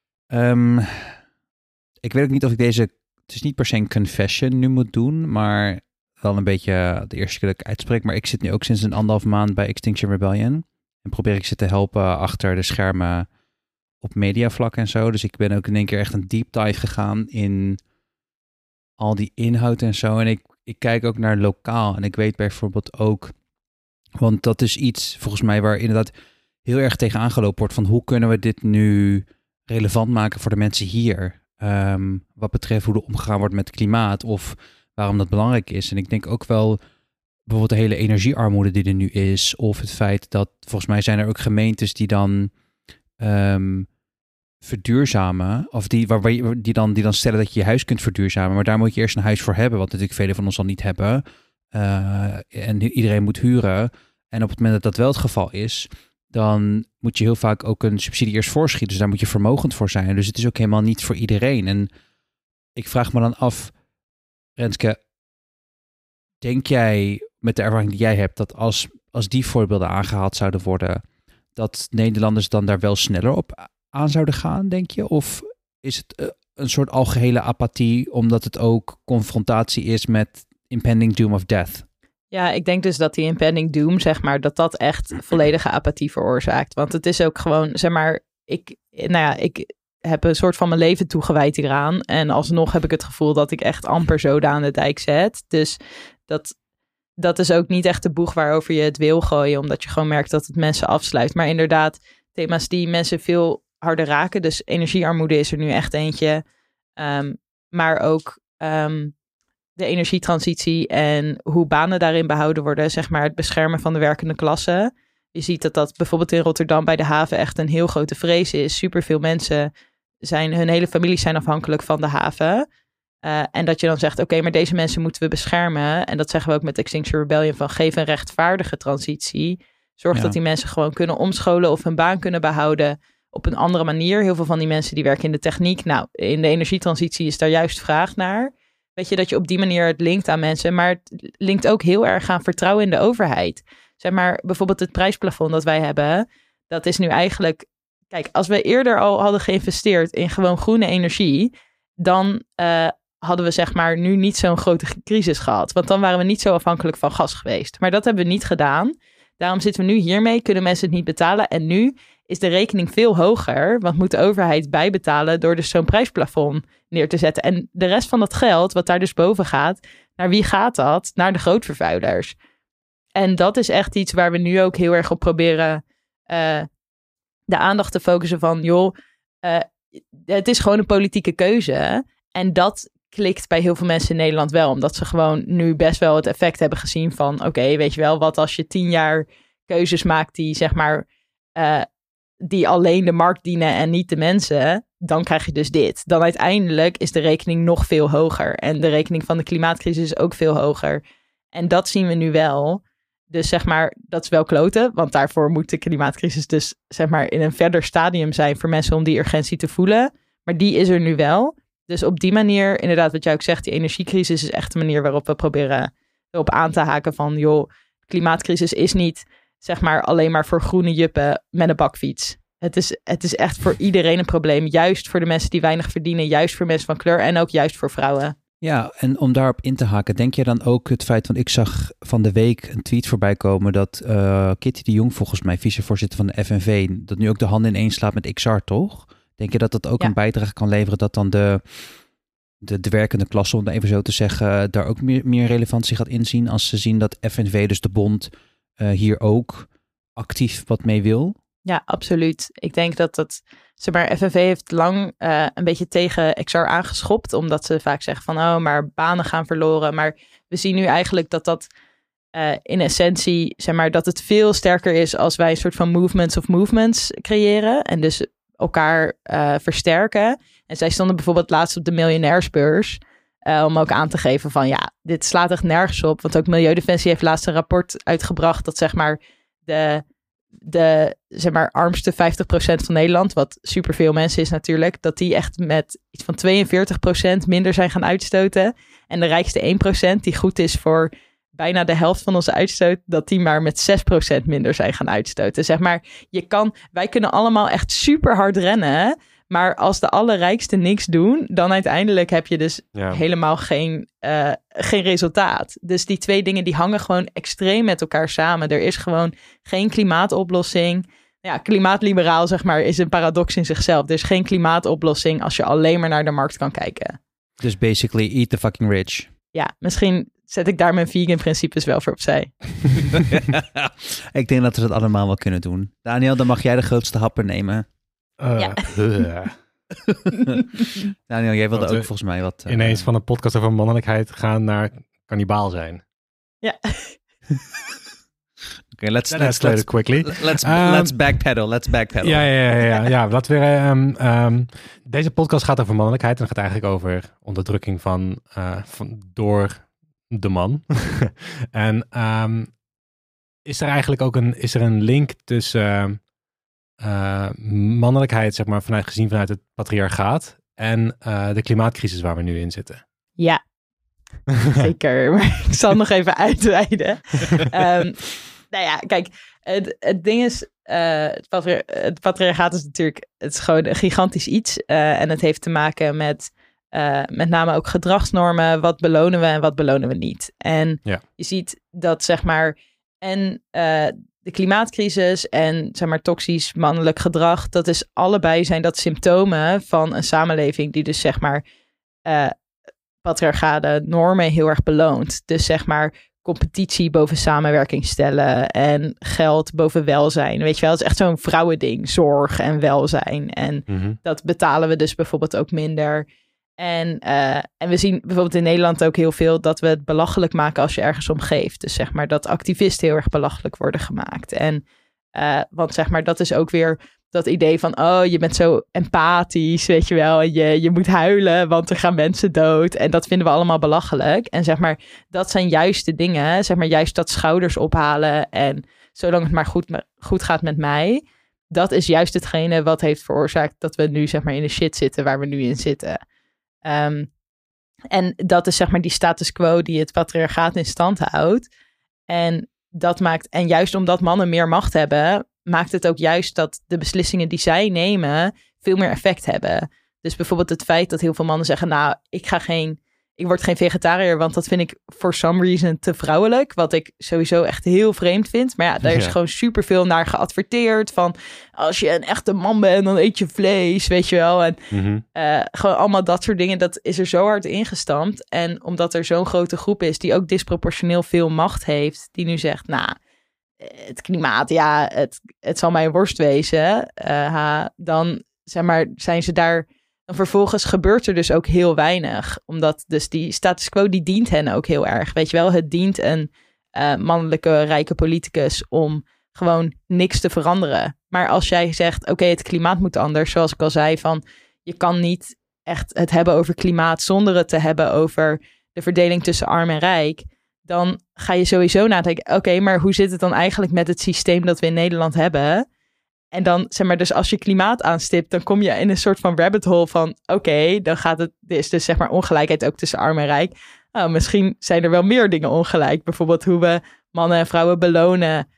[SPEAKER 1] ik weet ook niet of ik deze, het is niet per se een confession nu moet doen, maar wel een beetje de eerste keer dat ik uitspreek. Maar ik zit nu ook sinds 1,5 maand bij Extinction Rebellion. En probeer ik ze te helpen achter de schermen op mediavlak en zo. Dus ik ben ook in één keer echt een deep dive gegaan in al die inhoud en zo. En ik kijk ook naar lokaal. En ik weet bijvoorbeeld ook, want dat is iets volgens mij waar inderdaad heel erg tegen aangelopen wordt van hoe kunnen we dit nu relevant maken voor de mensen hier? Wat betreft hoe er omgegaan wordt met het klimaat of waarom dat belangrijk is. En ik denk ook wel bijvoorbeeld de hele energiearmoede die er nu is, of het feit dat volgens mij zijn er ook gemeentes die dan verduurzamen, of die dan stellen dat je je huis kunt verduurzamen, maar daar moet je eerst een huis voor hebben, wat natuurlijk velen van ons al niet hebben. En iedereen moet huren. En op het moment dat dat wel het geval is, dan moet je heel vaak ook een subsidie eerst voorschieten. Dus daar moet je vermogend voor zijn. Dus het is ook helemaal niet voor iedereen. En ik vraag me dan af, Renske, denk jij met de ervaring die jij hebt, dat als die voorbeelden aangehaald zouden worden, dat Nederlanders dan daar wel sneller op aan zouden gaan, denk je? Of is het een soort algehele apathie, omdat het ook confrontatie is met impending doom of death?
[SPEAKER 3] Ja, ik denk dus dat die impending doom, zeg maar, dat echt volledige apathie veroorzaakt. Want het is ook gewoon, zeg maar, ik heb een soort van mijn leven toegewijd hieraan. En alsnog heb ik het gevoel dat ik echt amper zoden aan de dijk zet. Dus dat is ook niet echt de boeg waarover je het wil gooien, omdat je gewoon merkt dat het mensen afsluit. Maar inderdaad, thema's die mensen veel harder raken. Dus energiearmoede is er nu echt eentje. Maar ook de energietransitie en hoe banen daarin behouden worden. Zeg maar het beschermen van de werkende klasse. Je ziet dat bijvoorbeeld in Rotterdam bij de haven echt een heel grote vrees is. Superveel mensen hun hele families zijn afhankelijk van de haven. En dat je dan zegt, oké, maar deze mensen moeten we beschermen. En dat zeggen we ook met Extinction Rebellion van geef een rechtvaardige transitie. Zorg dat die mensen gewoon kunnen omscholen of hun baan kunnen behouden op een andere manier. Heel veel van die mensen die werken in de techniek. Nou, in de energietransitie is daar juist vraag naar. Weet je, dat je op die manier het linkt aan mensen. Maar het linkt ook heel erg aan vertrouwen in de overheid. Zeg maar, bijvoorbeeld het prijsplafond dat wij hebben. Dat is nu eigenlijk, kijk, als we eerder al hadden geïnvesteerd in gewoon groene energie, dan hadden we zeg maar nu niet zo'n grote crisis gehad. Want dan waren we niet zo afhankelijk van gas geweest. Maar dat hebben we niet gedaan. Daarom zitten we nu hiermee, kunnen mensen het niet betalen. En nu is de rekening veel hoger, want moet de overheid bijbetalen door dus zo'n prijsplafond neer te zetten. En de rest van dat geld, wat daar dus boven gaat, naar wie gaat dat? Naar de grootvervuilers. En dat is echt iets waar we nu ook heel erg op proberen de aandacht te focussen van, joh, het is gewoon een politieke keuze. En dat klikt bij heel veel mensen in Nederland wel, omdat ze gewoon nu best wel het effect hebben gezien van, oké, weet je wel, wat als je 10 jaar keuzes maakt die, zeg maar, die alleen de markt dienen en niet de mensen, dan krijg je dus dit. Dan uiteindelijk is de rekening nog veel hoger. En de rekening van de klimaatcrisis is ook veel hoger. En dat zien we nu wel. Dus zeg maar, dat is wel kloten. Want daarvoor moet de klimaatcrisis dus zeg maar in een verder stadium zijn voor mensen om die urgentie te voelen. Maar die is er nu wel. Dus op die manier, inderdaad wat jij ook zegt, die energiecrisis is echt een manier waarop we proberen erop aan te haken van, joh, klimaatcrisis is niet zeg maar alleen maar voor groene juppen met een bakfiets. Het is echt voor iedereen een probleem. Juist voor de mensen die weinig verdienen. Juist voor mensen van kleur. En ook juist voor vrouwen.
[SPEAKER 1] Ja, en om daarop in te haken. Denk je dan ook het feit, want ik zag van de week een tweet voorbij komen dat Kitty de Jong, volgens mij vicevoorzitter van de FNV, dat nu ook de handen ineens slaat met XR, toch? Denk je dat dat ook een bijdrage kan leveren dat dan de werkende klasse, om het even zo te zeggen, daar ook meer relevantie gaat inzien als ze zien dat FNV, dus de bond, hier ook actief wat mee wil?
[SPEAKER 3] Ja, absoluut. Ik denk dat zeg maar, FNV heeft lang een beetje tegen XR aangeschopt, omdat ze vaak zeggen van, oh, maar banen gaan verloren. Maar we zien nu eigenlijk dat in essentie, zeg maar, dat het veel sterker is als wij een soort van movements of movements creëren en dus elkaar versterken. En zij stonden bijvoorbeeld laatst op de miljonairsbeurs, om ook aan te geven van, ja, dit slaat echt nergens op. Want ook Milieudefensie heeft laatst een rapport uitgebracht dat zeg maar de zeg maar armste 50% van Nederland, wat superveel mensen is natuurlijk, dat die echt met iets van 42% minder zijn gaan uitstoten. En de rijkste 1%, die goed is voor bijna de helft van onze uitstoot, dat die maar met 6% minder zijn gaan uitstoten. Zeg maar, wij kunnen allemaal echt super hard rennen, maar als de allerrijkste niks doen, dan uiteindelijk heb je dus helemaal geen resultaat. Dus die twee dingen die hangen gewoon extreem met elkaar samen. Er is gewoon geen klimaatoplossing. Ja, klimaatliberaal zeg maar is een paradox in zichzelf. Er is geen klimaatoplossing als je alleen maar naar de markt kan kijken.
[SPEAKER 1] Dus basically eat the fucking rich.
[SPEAKER 3] Ja, misschien zet ik daar mijn vegan principes wel voor opzij.
[SPEAKER 1] Ik denk dat we dat allemaal wel kunnen doen. Daniel, dan mag jij de grootste happer nemen. Daniel, jij wilde ook volgens mij wat...
[SPEAKER 2] ineens van een podcast over mannelijkheid gaan naar kannibaal zijn.
[SPEAKER 3] Ja.
[SPEAKER 1] Oké, let's
[SPEAKER 2] quickly.
[SPEAKER 1] Let's backpedal.
[SPEAKER 2] Ja. Laten we deze podcast gaat over mannelijkheid en het gaat eigenlijk over onderdrukking van door de man. En is er eigenlijk ook een link tussen mannelijkheid, zeg maar, gezien vanuit het patriarchaat en de klimaatcrisis waar we nu in zitten?
[SPEAKER 3] Ja, zeker. Maar ik zal nog even uitweiden. Nou ja, kijk, het ding is, het patriarchaat is natuurlijk, het is gewoon een gigantisch iets. En het heeft te maken met name ook gedragsnormen. Wat belonen we en wat belonen we niet? En je ziet dat, zeg maar, en de klimaatcrisis en, zeg maar, toxisch mannelijk gedrag, dat is allebei zijn dat symptomen van een samenleving die dus, zeg maar, patriarchale normen heel erg beloont. Dus, zeg maar, competitie boven samenwerking stellen en geld boven welzijn. Weet je wel, het is echt zo'n vrouwending, zorg en welzijn. En dat betalen we dus bijvoorbeeld ook minder. En we zien bijvoorbeeld in Nederland ook heel veel dat we het belachelijk maken als je ergens om geeft. Dus zeg maar dat activisten heel erg belachelijk worden gemaakt. En want zeg maar dat is ook weer dat idee van, oh, je bent zo empathisch, weet je wel. En je moet huilen, want er gaan mensen dood. En dat vinden we allemaal belachelijk. En zeg maar, dat zijn juist de dingen, zeg maar, juist dat schouders ophalen. En zolang het maar goed gaat met mij, dat is juist hetgene wat heeft veroorzaakt dat we nu, zeg maar, in de shit zitten waar we nu in zitten. En dat is, zeg maar, die status quo die het patriarchaat in stand houdt. En dat maakt, en juist omdat mannen meer macht hebben, maakt het ook juist dat de beslissingen die zij nemen veel meer effect hebben. Dus bijvoorbeeld het feit dat heel veel mannen zeggen, nou, ik ik word geen vegetariër, want dat vind ik for some reason te vrouwelijk. Wat ik sowieso echt heel vreemd vind. Maar ja, daar is gewoon superveel naar geadverteerd. Van als je een echte man bent, dan eet je vlees, weet je wel. En gewoon allemaal dat soort dingen. Dat is er zo hard ingestampt. En omdat er zo'n grote groep is die ook disproportioneel veel macht heeft. Die nu zegt, nou, het klimaat, ja, het zal mij een worst wezen. Dan zeg maar, zijn ze daar. En vervolgens gebeurt er dus ook heel weinig. Omdat dus die status quo, die dient hen ook heel erg. Weet je wel, het dient een mannelijke, rijke politicus om gewoon niks te veranderen. Maar als jij zegt, oké, het klimaat moet anders. Zoals ik al zei, van je kan niet echt het hebben over klimaat zonder het te hebben over de verdeling tussen arm en rijk. Dan ga je sowieso nadenken, oké, maar hoe zit het dan eigenlijk met het systeem dat we in Nederland hebben? En dan, zeg maar, dus als je klimaat aanstipt, dan kom je in een soort van rabbit hole van, oké, dan gaat het, er is dus zeg maar ongelijkheid ook tussen arm en rijk. Nou, misschien zijn er wel meer dingen ongelijk. Bijvoorbeeld hoe we mannen en vrouwen belonen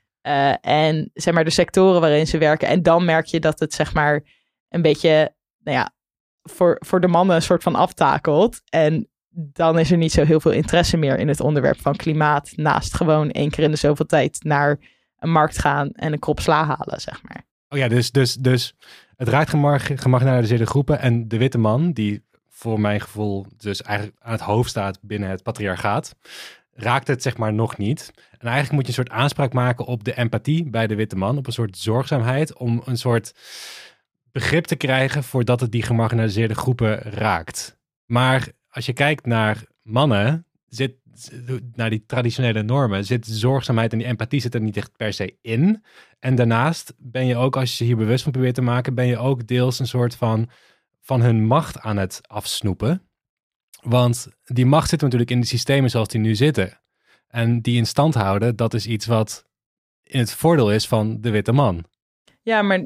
[SPEAKER 3] en zeg maar de sectoren waarin ze werken. En dan merk je dat het zeg maar een beetje, nou ja, voor de mannen een soort van aftakelt. En dan is er niet zo heel veel interesse meer in het onderwerp van klimaat, naast gewoon 1 keer in de zoveel tijd naar een markt gaan en een krop sla halen, zeg maar.
[SPEAKER 2] Oh ja, dus het raakt gemarginaliseerde groepen en de witte man, die voor mijn gevoel dus eigenlijk aan het hoofd staat binnen het patriarchaat, raakt het zeg maar nog niet. En eigenlijk moet je een soort aanspraak maken op de empathie bij de witte man, op een soort zorgzaamheid, om een soort begrip te krijgen voordat het die gemarginaliseerde groepen raakt. Maar als je kijkt naar mannen, naar die traditionele normen, zit zorgzaamheid en die empathie zit er niet echt per se in. En daarnaast ben je ook, als je hier bewust van probeert te maken, ben je ook deels een soort van hun macht aan het afsnoepen. Want die macht zit natuurlijk in de systemen zoals die nu zitten. En die in stand houden, dat is iets wat in het voordeel is van de witte man.
[SPEAKER 3] Ja, maar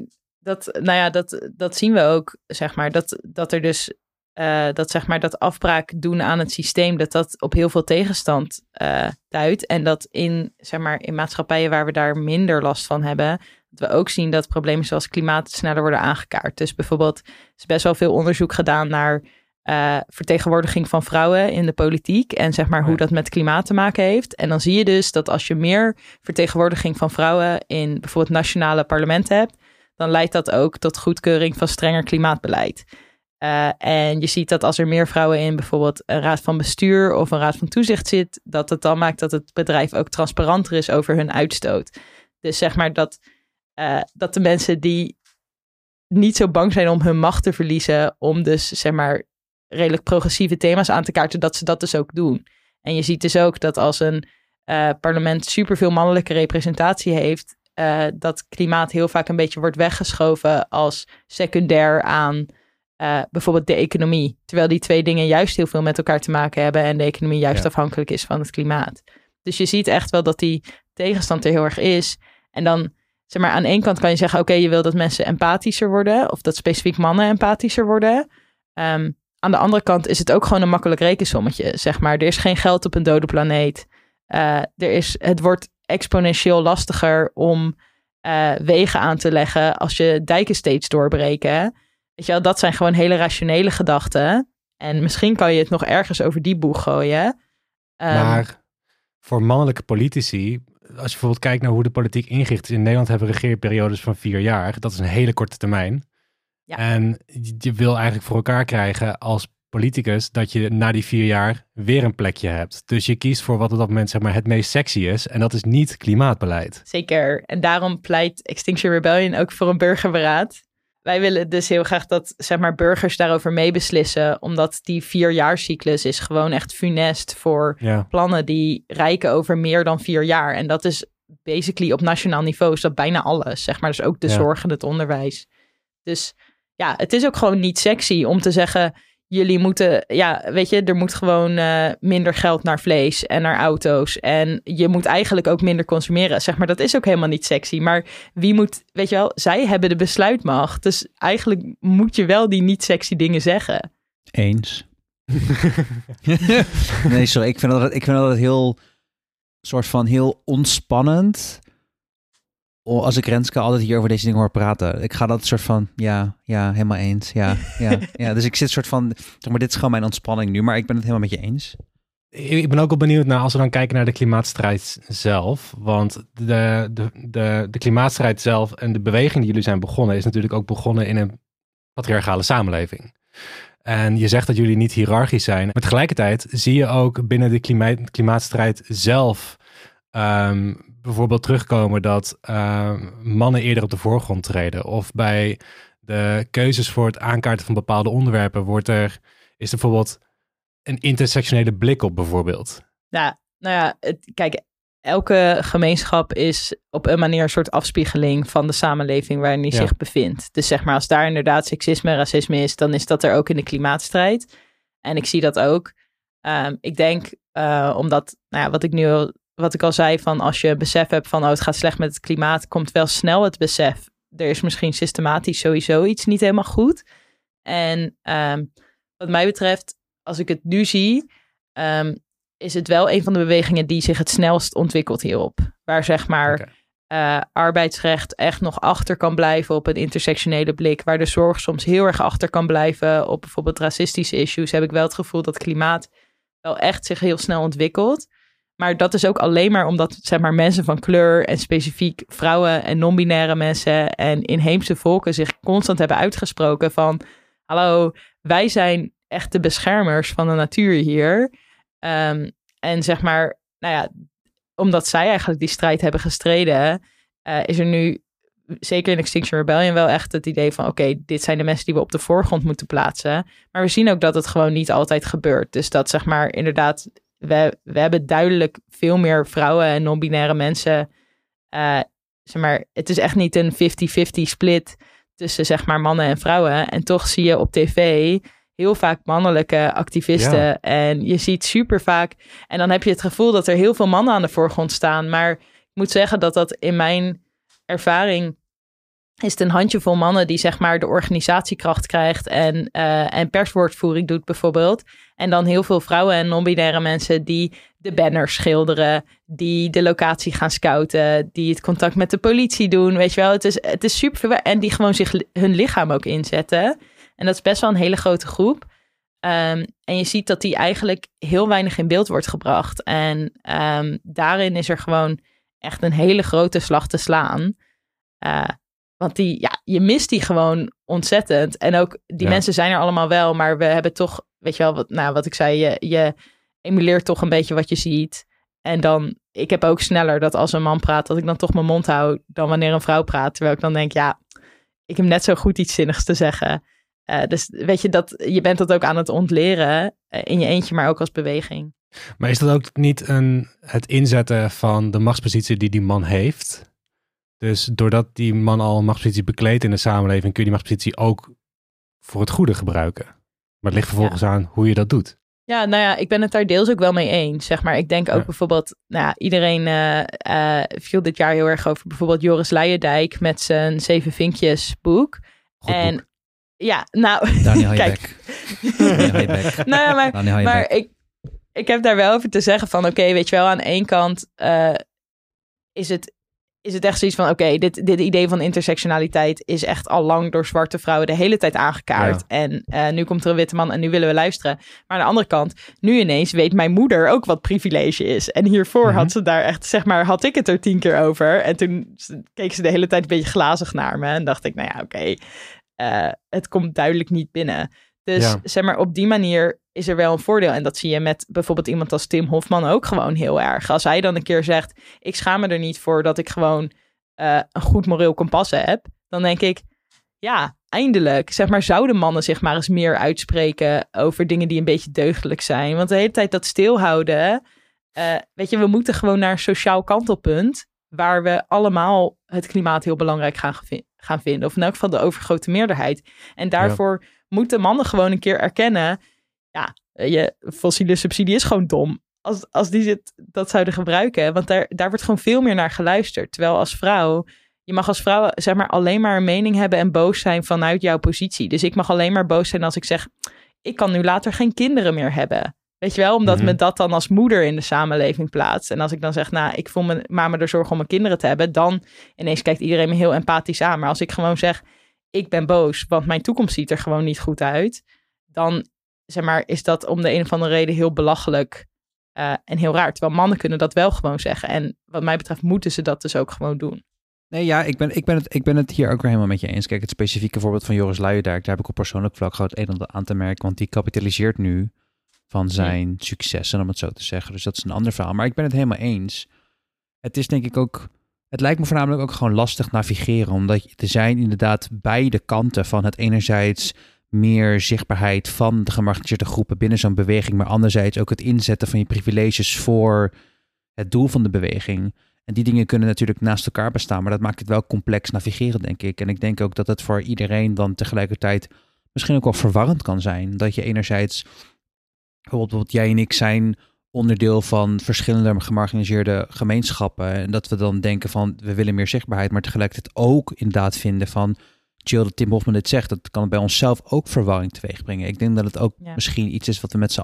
[SPEAKER 3] dat zien we ook, zeg maar, dat er dus dat zeg maar dat afbraak doen aan het systeem, dat op heel veel tegenstand duidt. En dat in maatschappijen waar we daar minder last van hebben, dat we ook zien dat problemen zoals klimaat sneller worden aangekaart. Dus bijvoorbeeld is best wel veel onderzoek gedaan naar vertegenwoordiging van vrouwen in de politiek en zeg maar hoe dat met klimaat te maken heeft. En dan zie je dus dat als je meer vertegenwoordiging van vrouwen in bijvoorbeeld nationale parlementen hebt, dan leidt dat ook tot goedkeuring van strenger klimaatbeleid. En je ziet dat als er meer vrouwen in bijvoorbeeld een raad van bestuur of een raad van toezicht zit, dat het dan maakt dat het bedrijf ook transparanter is over hun uitstoot. Dus zeg maar dat de mensen die niet zo bang zijn om hun macht te verliezen, om dus zeg maar redelijk progressieve thema's aan te kaarten, dat ze dat dus ook doen. En je ziet dus ook dat als een parlement superveel mannelijke representatie heeft, dat klimaat heel vaak een beetje wordt weggeschoven als secundair aan bijvoorbeeld de economie. Terwijl die twee dingen juist heel veel met elkaar te maken hebben en de economie juist afhankelijk is van het klimaat. Dus je ziet echt wel dat die tegenstand er heel erg is. En dan, zeg maar, aan de ene kant kan je zeggen, oké, je wil dat mensen empathischer worden, of dat specifiek mannen empathischer worden. Aan de andere kant is het ook gewoon een makkelijk rekensommetje, zeg maar. Er is geen geld op een dode planeet. Het wordt exponentieel lastiger om wegen aan te leggen als je dijken steeds doorbreken. Weet je wel, dat zijn gewoon hele rationele gedachten. En misschien kan je het nog ergens over die boeg gooien.
[SPEAKER 2] Maar voor mannelijke politici, als je bijvoorbeeld kijkt naar hoe de politiek ingericht is. In Nederland hebben we regeerperiodes van 4 jaar. Dat is een hele korte termijn. Ja. En je wil eigenlijk voor elkaar krijgen als politicus dat je na die 4 jaar weer een plekje hebt. Dus je kiest voor wat op dat moment zeg maar het meest sexy is. En dat is niet klimaatbeleid.
[SPEAKER 3] Zeker. En daarom pleit Extinction Rebellion ook voor een burgerberaad. Wij willen dus heel graag dat zeg maar burgers daarover meebeslissen. Omdat die 4-jaarscyclus is gewoon echt funest voor plannen die reiken over meer dan 4 jaar. En dat is basically op nationaal niveau is dat bijna alles. Zeg maar, dus ook de zorg en het onderwijs. Dus ja, het is ook gewoon niet sexy om te zeggen, jullie moeten, weet je, er moet gewoon minder geld naar vlees en naar auto's. En je moet eigenlijk ook minder consumeren. Zeg maar, dat is ook helemaal niet sexy. Maar wie moet, weet je wel, zij hebben de besluitmacht. Dus eigenlijk moet je wel die niet sexy dingen zeggen.
[SPEAKER 1] Eens. Nee, sorry. Ik vind dat heel, soort van heel ontspannend als ik Renske altijd hier over deze dingen hoor praten. Ik ga dat soort van, ja, helemaal eens. Ja. Dus ik zit soort van, zeg maar, dit is gewoon mijn ontspanning nu. Maar ik ben het helemaal met je eens.
[SPEAKER 2] Ik ben ook wel benieuwd naar als we dan kijken naar de klimaatstrijd zelf. Want de klimaatstrijd zelf en de beweging die jullie zijn begonnen is natuurlijk ook begonnen in een patriarchale samenleving. En je zegt dat jullie niet hiërarchisch zijn. Maar tegelijkertijd zie je ook binnen de klimaatstrijd zelf bijvoorbeeld terugkomen dat mannen eerder op de voorgrond treden. Of bij de keuzes voor het aankaarten van bepaalde onderwerpen is er bijvoorbeeld een intersectionele blik op bijvoorbeeld.
[SPEAKER 3] Ja, nou ja, kijk, elke gemeenschap is op een manier een soort afspiegeling van de samenleving waarin die zich bevindt. Dus zeg maar, als daar inderdaad seksisme en racisme is, dan is dat er ook in de klimaatstrijd. En ik zie dat ook. Ik denk, omdat, nou ja, wat ik al zei, van als je besef hebt van, het gaat slecht met het klimaat, komt wel snel het besef. Er is misschien systematisch sowieso iets niet helemaal goed. En wat mij betreft, als ik het nu zie, is het wel een van de bewegingen die zich het snelst ontwikkelt hierop. Waar zeg maar arbeidsrecht echt nog achter kan blijven op een intersectionele blik. Waar de zorg soms heel erg achter kan blijven op bijvoorbeeld racistische issues. Heb ik wel het gevoel dat klimaat wel echt zich heel snel ontwikkelt. Maar dat is ook alleen maar omdat zeg maar, mensen van kleur en specifiek vrouwen en non-binaire mensen en inheemse volken zich constant hebben uitgesproken van, hallo, wij zijn echt de beschermers van de natuur hier. En zeg maar, nou ja, omdat zij eigenlijk die strijd hebben gestreden, is er nu, zeker in Extinction Rebellion, wel echt het idee van, oké, dit zijn de mensen die we op de voorgrond moeten plaatsen. Maar we zien ook dat het gewoon niet altijd gebeurt. Dus dat zeg maar, inderdaad, we hebben duidelijk veel meer vrouwen en non-binaire mensen. Zeg maar, het is echt niet een 50-50 split tussen zeg maar mannen en vrouwen. En toch zie je op tv heel vaak mannelijke activisten. Ja. En je ziet super vaak. En dan heb je het gevoel dat er heel veel mannen aan de voorgrond staan. Maar ik moet zeggen dat in mijn ervaring is het een handjevol mannen die zeg maar de organisatiekracht krijgt en perswoordvoering doet bijvoorbeeld. En dan heel veel vrouwen en non-binaire mensen die de banners schilderen, die de locatie gaan scouten, die het contact met de politie doen, weet je wel. Het is super veel en die gewoon hun lichaam ook inzetten. En dat is best wel een hele grote groep. En je ziet dat die eigenlijk heel weinig in beeld wordt gebracht. En daarin is er gewoon echt een hele grote slag te slaan. Want je mist die gewoon ontzettend. En ook die mensen zijn er allemaal wel. Maar we hebben toch, weet je wel, wat ik zei. Je emuleert toch een beetje wat je ziet. En dan, ik heb ook sneller dat als een man praat, dat ik dan toch mijn mond hou dan wanneer een vrouw praat. Terwijl ik dan denk, ik heb net zo goed iets zinnigs te zeggen. Dus weet je, je bent dat ook aan het ontleren in je eentje, maar ook als beweging.
[SPEAKER 2] Maar is dat ook niet het inzetten van de machtspositie die man heeft? Dus doordat die man al een machtspositie bekleedt in de samenleving, kun je die machtspositie ook voor het goede gebruiken. Maar het ligt vervolgens aan hoe je dat doet. Ja,
[SPEAKER 3] nou ja, ik ben het daar deels ook wel mee eens, zeg maar. Ik denk ook bijvoorbeeld, iedereen viel dit jaar heel erg over bijvoorbeeld Joris Luijendijk met zijn 7 vinkjes boek.
[SPEAKER 2] Goed
[SPEAKER 3] en
[SPEAKER 2] boek.
[SPEAKER 3] Ja, nou,
[SPEAKER 1] Daniel
[SPEAKER 3] kijk. Maar ik heb daar wel over te zeggen van, oké, weet je wel, aan één kant is het echt zoiets van, oké, dit idee van intersectionaliteit is echt al lang door zwarte vrouwen de hele tijd aangekaart. Ja. En nu komt er een witte man en nu willen we luisteren. Maar aan de andere kant, nu ineens weet mijn moeder ook wat privilege is. En hiervoor had ze daar echt, zeg maar, had ik het er 10 keer over. En toen keek ze de hele tijd een beetje glazig naar me. En dacht ik, nou ja, oké. Het komt duidelijk niet binnen. Dus zeg maar, op die manier is er wel een voordeel. En dat zie je met bijvoorbeeld iemand als Tim Hofman ook gewoon heel erg. Als hij dan een keer zegt, ik schaam me er niet voor dat ik gewoon een goed moreel kompas heb. Dan denk ik, eindelijk. Zeg maar, zouden mannen zich maar eens meer uitspreken over dingen die een beetje deugdelijk zijn. Want de hele tijd dat stilhouden. Weet je, we moeten gewoon naar een sociaal kantelpunt waar we allemaal het klimaat heel belangrijk gaan vinden. Of in elk geval de overgrote meerderheid. En daarvoor moeten mannen gewoon een keer erkennen, je fossiele subsidie is gewoon dom. Als die dat zouden gebruiken. Want daar wordt gewoon veel meer naar geluisterd. Terwijl als vrouw, je mag als vrouw zeg maar alleen maar een mening hebben en boos zijn vanuit jouw positie. Dus ik mag alleen maar boos zijn als ik zeg, ik kan nu later geen kinderen meer hebben. Weet je wel, omdat
[SPEAKER 2] Mhm.
[SPEAKER 3] me dat dan als moeder in de samenleving plaatst. En als ik dan zeg, ik voel me er zorgen om mijn kinderen te hebben, dan ineens kijkt iedereen me heel empathisch aan. Maar als ik gewoon zeg, ik ben boos, want mijn toekomst ziet er gewoon niet goed uit, dan is dat om de een of andere reden heel belachelijk en heel raar. Terwijl mannen kunnen dat wel gewoon zeggen. En wat mij betreft moeten ze dat dus ook gewoon doen.
[SPEAKER 1] Nee, ja, ik ben het hier ook weer helemaal met je eens. Kijk, het specifieke voorbeeld van Joris Luijendijk, daar heb ik op persoonlijk vlak gewoon het een en ander aan te merken, want die kapitaliseert nu van zijn successen, om het zo te zeggen. Dus dat is een ander verhaal. Maar ik ben het helemaal eens. Het is denk ik ook, het lijkt me voornamelijk ook gewoon lastig navigeren, omdat er zijn inderdaad beide kanten van het enerzijds meer zichtbaarheid van de gemarginaliseerde groepen binnen zo'n beweging, maar anderzijds ook het inzetten van je privileges voor het doel van de beweging. En die dingen kunnen natuurlijk naast elkaar bestaan, maar dat maakt het wel complex navigeren, denk ik. En ik denk ook dat het voor iedereen dan tegelijkertijd misschien ook wel verwarrend kan zijn. Dat je enerzijds, bijvoorbeeld jij en ik zijn onderdeel van verschillende gemarginaliseerde gemeenschappen. En dat we dan denken van, we willen meer zichtbaarheid, maar tegelijkertijd ook inderdaad vinden van, chill dat Tim Hofman dit zegt, dat kan bij onszelf ook verwarring teweeg brengen. Ik denk dat het ook misschien iets is wat we met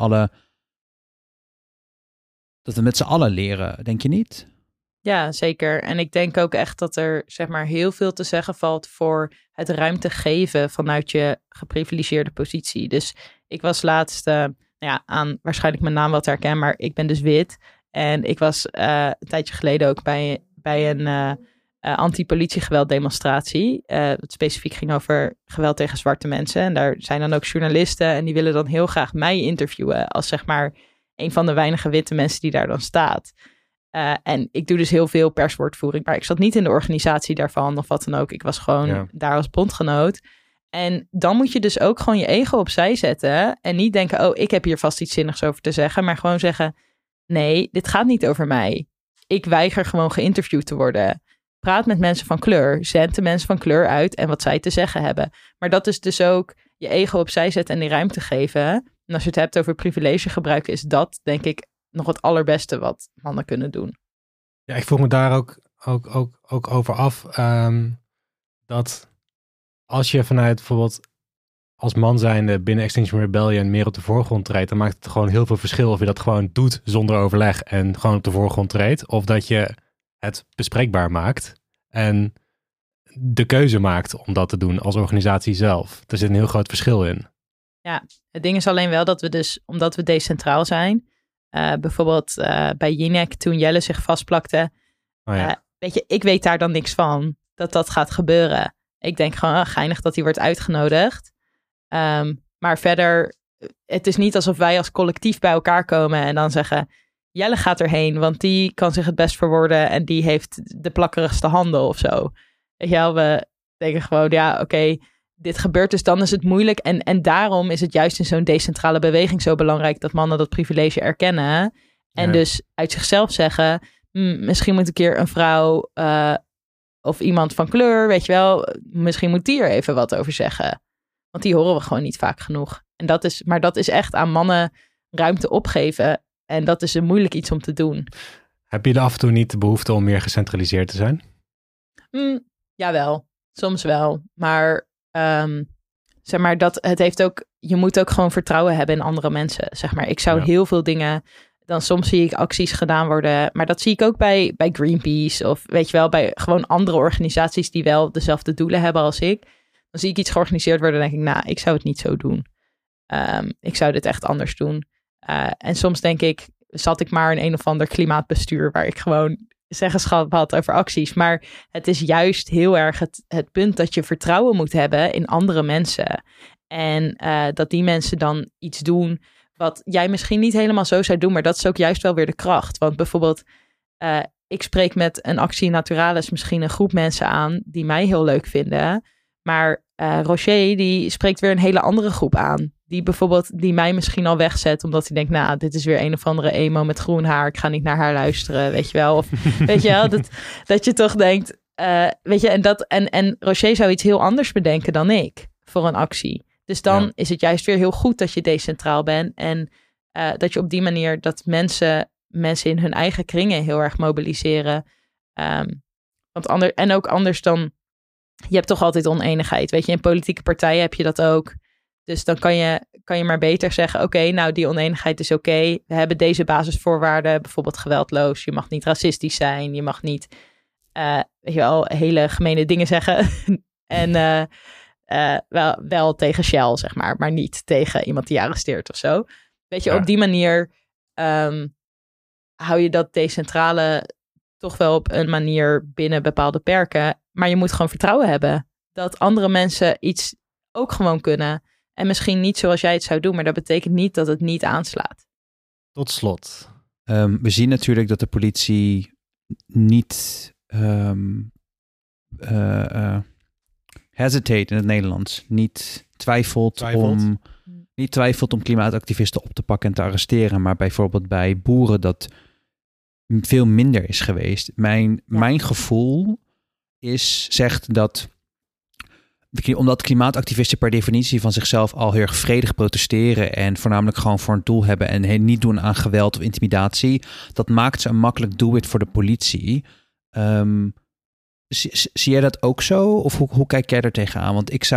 [SPEAKER 1] z'n allen leren, denk je niet?
[SPEAKER 3] Ja, zeker. En ik denk ook echt dat er heel veel te zeggen valt voor het ruimte geven vanuit je geprivilegeerde positie. Dus ik was laatst aan waarschijnlijk mijn naam wat herken, maar ik ben dus wit. En ik was een tijdje geleden ook bij een anti-politiegeweld demonstratie. Wat specifiek ging over geweld tegen zwarte mensen. En daar zijn dan ook journalisten en die willen dan heel graag mij interviewen als een van de weinige witte mensen die daar dan staat. En ik doe dus heel veel perswoordvoering, maar ik zat niet in de organisatie daarvan of wat dan ook. Ik was gewoon daar als bondgenoot. En dan moet je dus ook gewoon je ego opzij zetten en niet denken, oh, ik heb hier vast iets zinnigs over te zeggen, maar gewoon zeggen, nee, dit gaat niet over mij. Ik weiger gewoon geïnterviewd te worden. Praat met mensen van kleur, zend de mensen van kleur uit en wat zij te zeggen hebben. Maar dat is dus ook je ego opzij zetten en die ruimte geven. En als je het hebt over privilege gebruiken, is dat, denk ik, nog het allerbeste wat mannen kunnen doen.
[SPEAKER 2] Ja, ik vroeg me daar ook over af. Dat als je vanuit bijvoorbeeld als man zijnde binnen Extinction Rebellion meer op de voorgrond treedt, dan maakt het gewoon heel veel verschil of je dat gewoon doet zonder overleg en gewoon op de voorgrond treedt. Of dat je het bespreekbaar maakt en de keuze maakt om dat te doen als organisatie zelf. Er zit een heel groot verschil in.
[SPEAKER 3] Ja, het ding is alleen wel dat we dus, omdat we decentraal zijn, bijvoorbeeld bij Jinek, toen Jelle zich vastplakte. Weet je, ik weet daar dan niks van dat gaat gebeuren. Ik denk gewoon geinig dat hij wordt uitgenodigd. Maar verder, het is niet alsof wij als collectief bij elkaar komen en dan zeggen, Jelle gaat erheen, want die kan zich het best verwoorden en die heeft de plakkerigste handen of zo. Weet je wel, we denken gewoon, oké, dit gebeurt, dus dan is het moeilijk. En daarom is het juist in zo'n decentrale beweging zo belangrijk dat mannen dat privilege erkennen. En dus uit zichzelf zeggen, misschien moet een keer een vrouw of iemand van kleur, weet je wel, misschien moet die er even wat over zeggen. Want die horen we gewoon niet vaak genoeg. En dat is echt aan mannen ruimte opgeven. En dat is een moeilijk iets om te doen.
[SPEAKER 2] Heb je er af en toe niet de behoefte om meer gecentraliseerd te zijn?
[SPEAKER 3] Jawel, soms wel. Maar het heeft ook, je moet ook gewoon vertrouwen hebben in andere mensen. Ik zou heel veel dingen, dan soms zie ik acties gedaan worden, maar dat zie ik ook bij Greenpeace of weet je wel, bij gewoon andere organisaties die wel dezelfde doelen hebben als ik. Dan zie ik iets georganiseerd worden en denk ik, ik zou het niet zo doen. Ik zou dit echt anders doen. En soms denk ik, zat ik maar in een of ander klimaatbestuur waar ik gewoon zeggenschap had over acties. Maar het is juist heel erg het punt dat je vertrouwen moet hebben in andere mensen. En dat die mensen dan iets doen wat jij misschien niet helemaal zo zou doen, maar dat is ook juist wel weer de kracht. Want bijvoorbeeld, ik spreek met een actie Naturalis misschien een groep mensen aan die mij heel leuk vinden. Maar Rocher, die spreekt weer een hele andere groep aan. Die mij misschien al wegzet, omdat hij denkt, dit is weer een of andere emo met groen haar. Ik ga niet naar haar luisteren, weet je wel. Of weet je wel, dat je toch denkt, weet je, en Rocher zou iets heel anders bedenken dan ik voor een actie. Dus dan is het juist weer heel goed dat je decentraal bent en dat je op die manier dat mensen in hun eigen kringen heel erg mobiliseren. Want ook anders dan, je hebt toch altijd oneenigheid. Weet je, in politieke partijen heb je dat ook. Dus dan kan je maar beter zeggen, oké, nou die oneenigheid is oké. We hebben deze basisvoorwaarden, bijvoorbeeld geweldloos. Je mag niet racistisch zijn. Je mag niet weet je wel, hele gemene dingen zeggen. En wel tegen Shell, zeg maar niet tegen iemand die je arresteert of zo. Weet je, op die manier hou je dat decentrale toch wel op een manier binnen bepaalde perken. Maar je moet gewoon vertrouwen hebben dat andere mensen iets ook gewoon kunnen. En misschien niet zoals jij het zou doen, maar dat betekent niet dat het niet aanslaat.
[SPEAKER 2] Tot slot.
[SPEAKER 1] We zien natuurlijk dat de politie niet hesitate in het Nederlands. Niet twijfelt om klimaatactivisten op te pakken en te arresteren. Maar bijvoorbeeld bij boeren dat veel minder is geweest. Mijn gevoel zegt dat omdat klimaatactivisten per definitie van zichzelf al heel erg vredig protesteren en voornamelijk gewoon voor een doel hebben en niet doen aan geweld of intimidatie, dat maakt ze een makkelijk doelwit voor de politie. Zie jij dat ook zo? Of hoe kijk jij er tegenaan? Want ik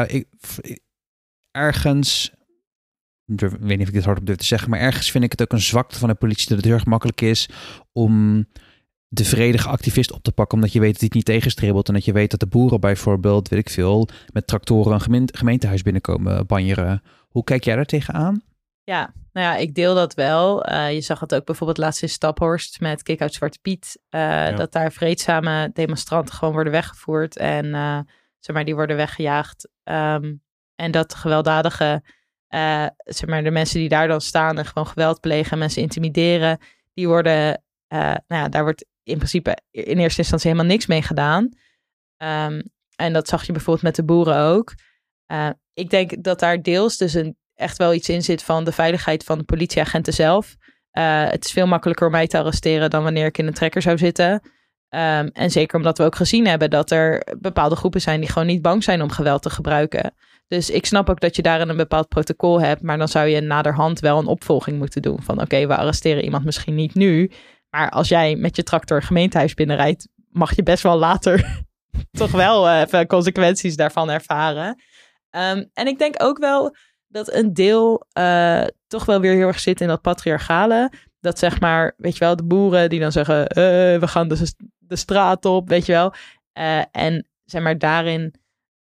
[SPEAKER 1] weet niet of ik dit hardop durf te zeggen, maar ergens vind ik het ook een zwakte van de politie dat het heel erg makkelijk is om de vredige activist op te pakken, omdat je weet dat hij het niet tegenstribbelt en dat je weet dat de boeren bijvoorbeeld, weet ik veel, met tractoren een gemeentehuis binnenkomen banjeren. Hoe kijk jij daar tegenaan?
[SPEAKER 3] Ja, nou ja, ik deel dat wel. Je zag het ook bijvoorbeeld laatst in Staphorst met Kick-Out Zwarte Piet. Dat daar vreedzame demonstranten gewoon worden weggevoerd en zeg maar, die worden weggejaagd. En dat de gewelddadige, zeg maar, de mensen die daar dan staan en gewoon geweld plegen, mensen intimideren, die worden, daar wordt in principe in eerste instantie helemaal niks mee gedaan. En dat zag je bijvoorbeeld met de boeren ook. Ik denk dat daar deels dus echt wel iets in zit van de veiligheid van de politieagenten zelf. Het is veel makkelijker om mij te arresteren dan wanneer ik in een trekker zou zitten. En zeker omdat we ook gezien hebben dat er bepaalde groepen zijn die gewoon niet bang zijn om geweld te gebruiken. Dus ik snap ook dat je daarin een bepaald protocol hebt, maar dan zou je naderhand wel een opvolging moeten doen. Van oké, we arresteren iemand misschien niet nu, maar als jij met je tractor een gemeentehuis binnenrijdt, mag je best wel later toch wel even consequenties daarvan ervaren. En ik denk ook wel dat een deel toch wel weer heel erg zit in dat patriarchale. Dat zeg maar, weet je wel, de boeren die dan zeggen, we gaan de straat op, weet je wel. En zeg maar daarin,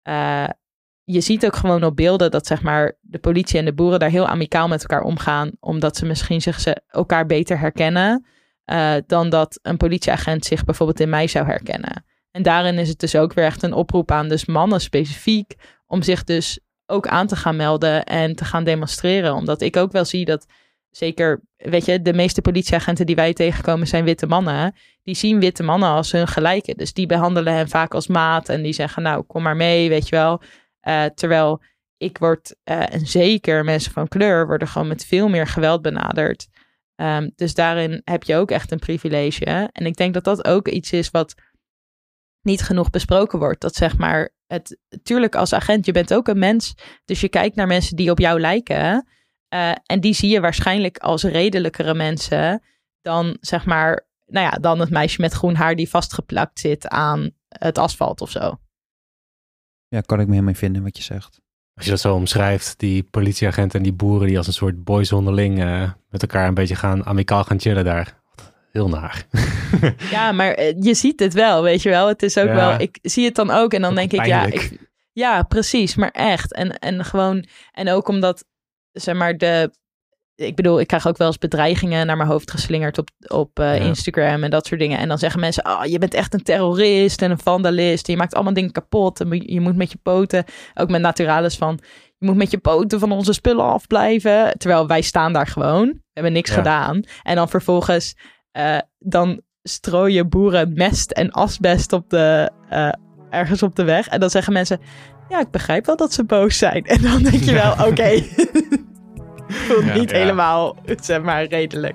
[SPEAKER 3] je ziet ook gewoon op beelden dat zeg maar de politie en de boeren daar heel amicaal met elkaar omgaan. Omdat ze misschien elkaar beter herkennen dan dat een politieagent zich bijvoorbeeld in mij zou herkennen. En daarin is het dus ook weer echt een oproep aan dus mannen specifiek om zich dus ook aan te gaan melden en te gaan demonstreren. Omdat ik ook wel zie dat zeker, weet je, de meeste politieagenten die wij tegenkomen zijn witte mannen. Die zien witte mannen als hun gelijken. Dus die behandelen hen vaak als maat en die zeggen, nou, kom maar mee, weet je wel. Terwijl ik word, en zeker mensen van kleur, worden gewoon met veel meer geweld benaderd. Dus daarin heb je ook echt een privilege. En ik denk dat dat ook iets is wat niet genoeg besproken wordt. Dat zeg maar, tuurlijk als agent, je bent ook een mens. Dus je kijkt naar mensen die op jou lijken. En die zie je waarschijnlijk als redelijkere mensen dan zeg maar, nou ja, dan het meisje met groen haar die vastgeplakt zit aan het asfalt of zo.
[SPEAKER 1] Ja, kan ik me helemaal vinden wat je zegt.
[SPEAKER 2] Als je dat zo omschrijft, die politieagenten en die boeren die als een soort boys onderling met elkaar een beetje amicaal gaan chillen daar. Heel naar.
[SPEAKER 3] Ja, maar je ziet het wel, weet je wel. Het is ook wel, ik zie het dan ook en dan denk
[SPEAKER 2] pijnlijk.
[SPEAKER 3] ik, ja, precies, maar echt. En gewoon, en ook omdat, zeg maar, ik bedoel, ik krijg ook wel eens bedreigingen naar mijn hoofd geslingerd op Instagram en dat soort dingen. En dan zeggen mensen, je bent echt een terrorist en een vandalist. En je maakt allemaal dingen kapot. En je moet met je poten, ook met Naturalis van, je moet met je poten van onze spullen afblijven. Terwijl wij staan daar gewoon. We hebben niks gedaan. En dan vervolgens, dan strooien boeren mest en asbest ergens op de weg. En dan zeggen mensen, ja, ik begrijp wel dat ze boos zijn. En dan denk je wel, oké. Voelt niet helemaal, zeg maar, redelijk.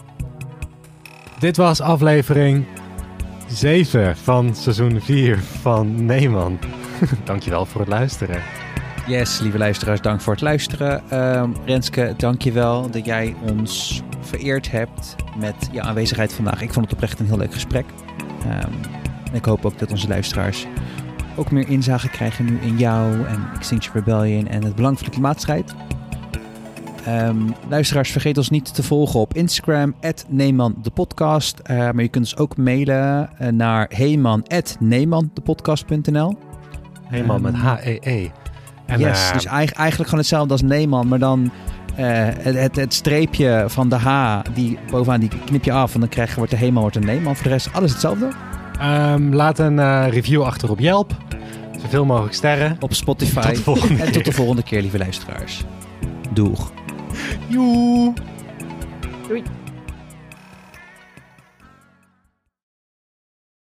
[SPEAKER 2] Dit was aflevering 7 van seizoen 4 van Neeman. Dankjewel voor het luisteren.
[SPEAKER 1] Yes, lieve luisteraars, dank voor het luisteren. Renske, dankjewel dat jij ons vereerd hebt met je aanwezigheid vandaag. Ik vond het oprecht een heel leuk gesprek. En ik hoop ook dat onze luisteraars ook meer inzage krijgen nu in jou en Extinction Rebellion en het belang van de klimaatstrijd. Luisteraars, vergeet ons niet te volgen op Instagram, @neeman_de_podcast. Maar je kunt ons ook mailen naar heeman@neemandepodcast.nl.
[SPEAKER 2] Heeman met H-E-E. En,
[SPEAKER 1] Yes, dus eigenlijk gewoon hetzelfde als Neeman, maar dan het streepje van de H, die bovenaan, die knip je af en dan wordt de Heeman wordt een Neeman. Voor de rest alles hetzelfde.
[SPEAKER 2] laat een review achter op Yelp. Zoveel mogelijk sterren.
[SPEAKER 1] Op Spotify.
[SPEAKER 2] Tot de volgende
[SPEAKER 1] en
[SPEAKER 2] keer.
[SPEAKER 1] tot de volgende keer, lieve luisteraars. Doeg.
[SPEAKER 2] Joe.
[SPEAKER 3] Doei.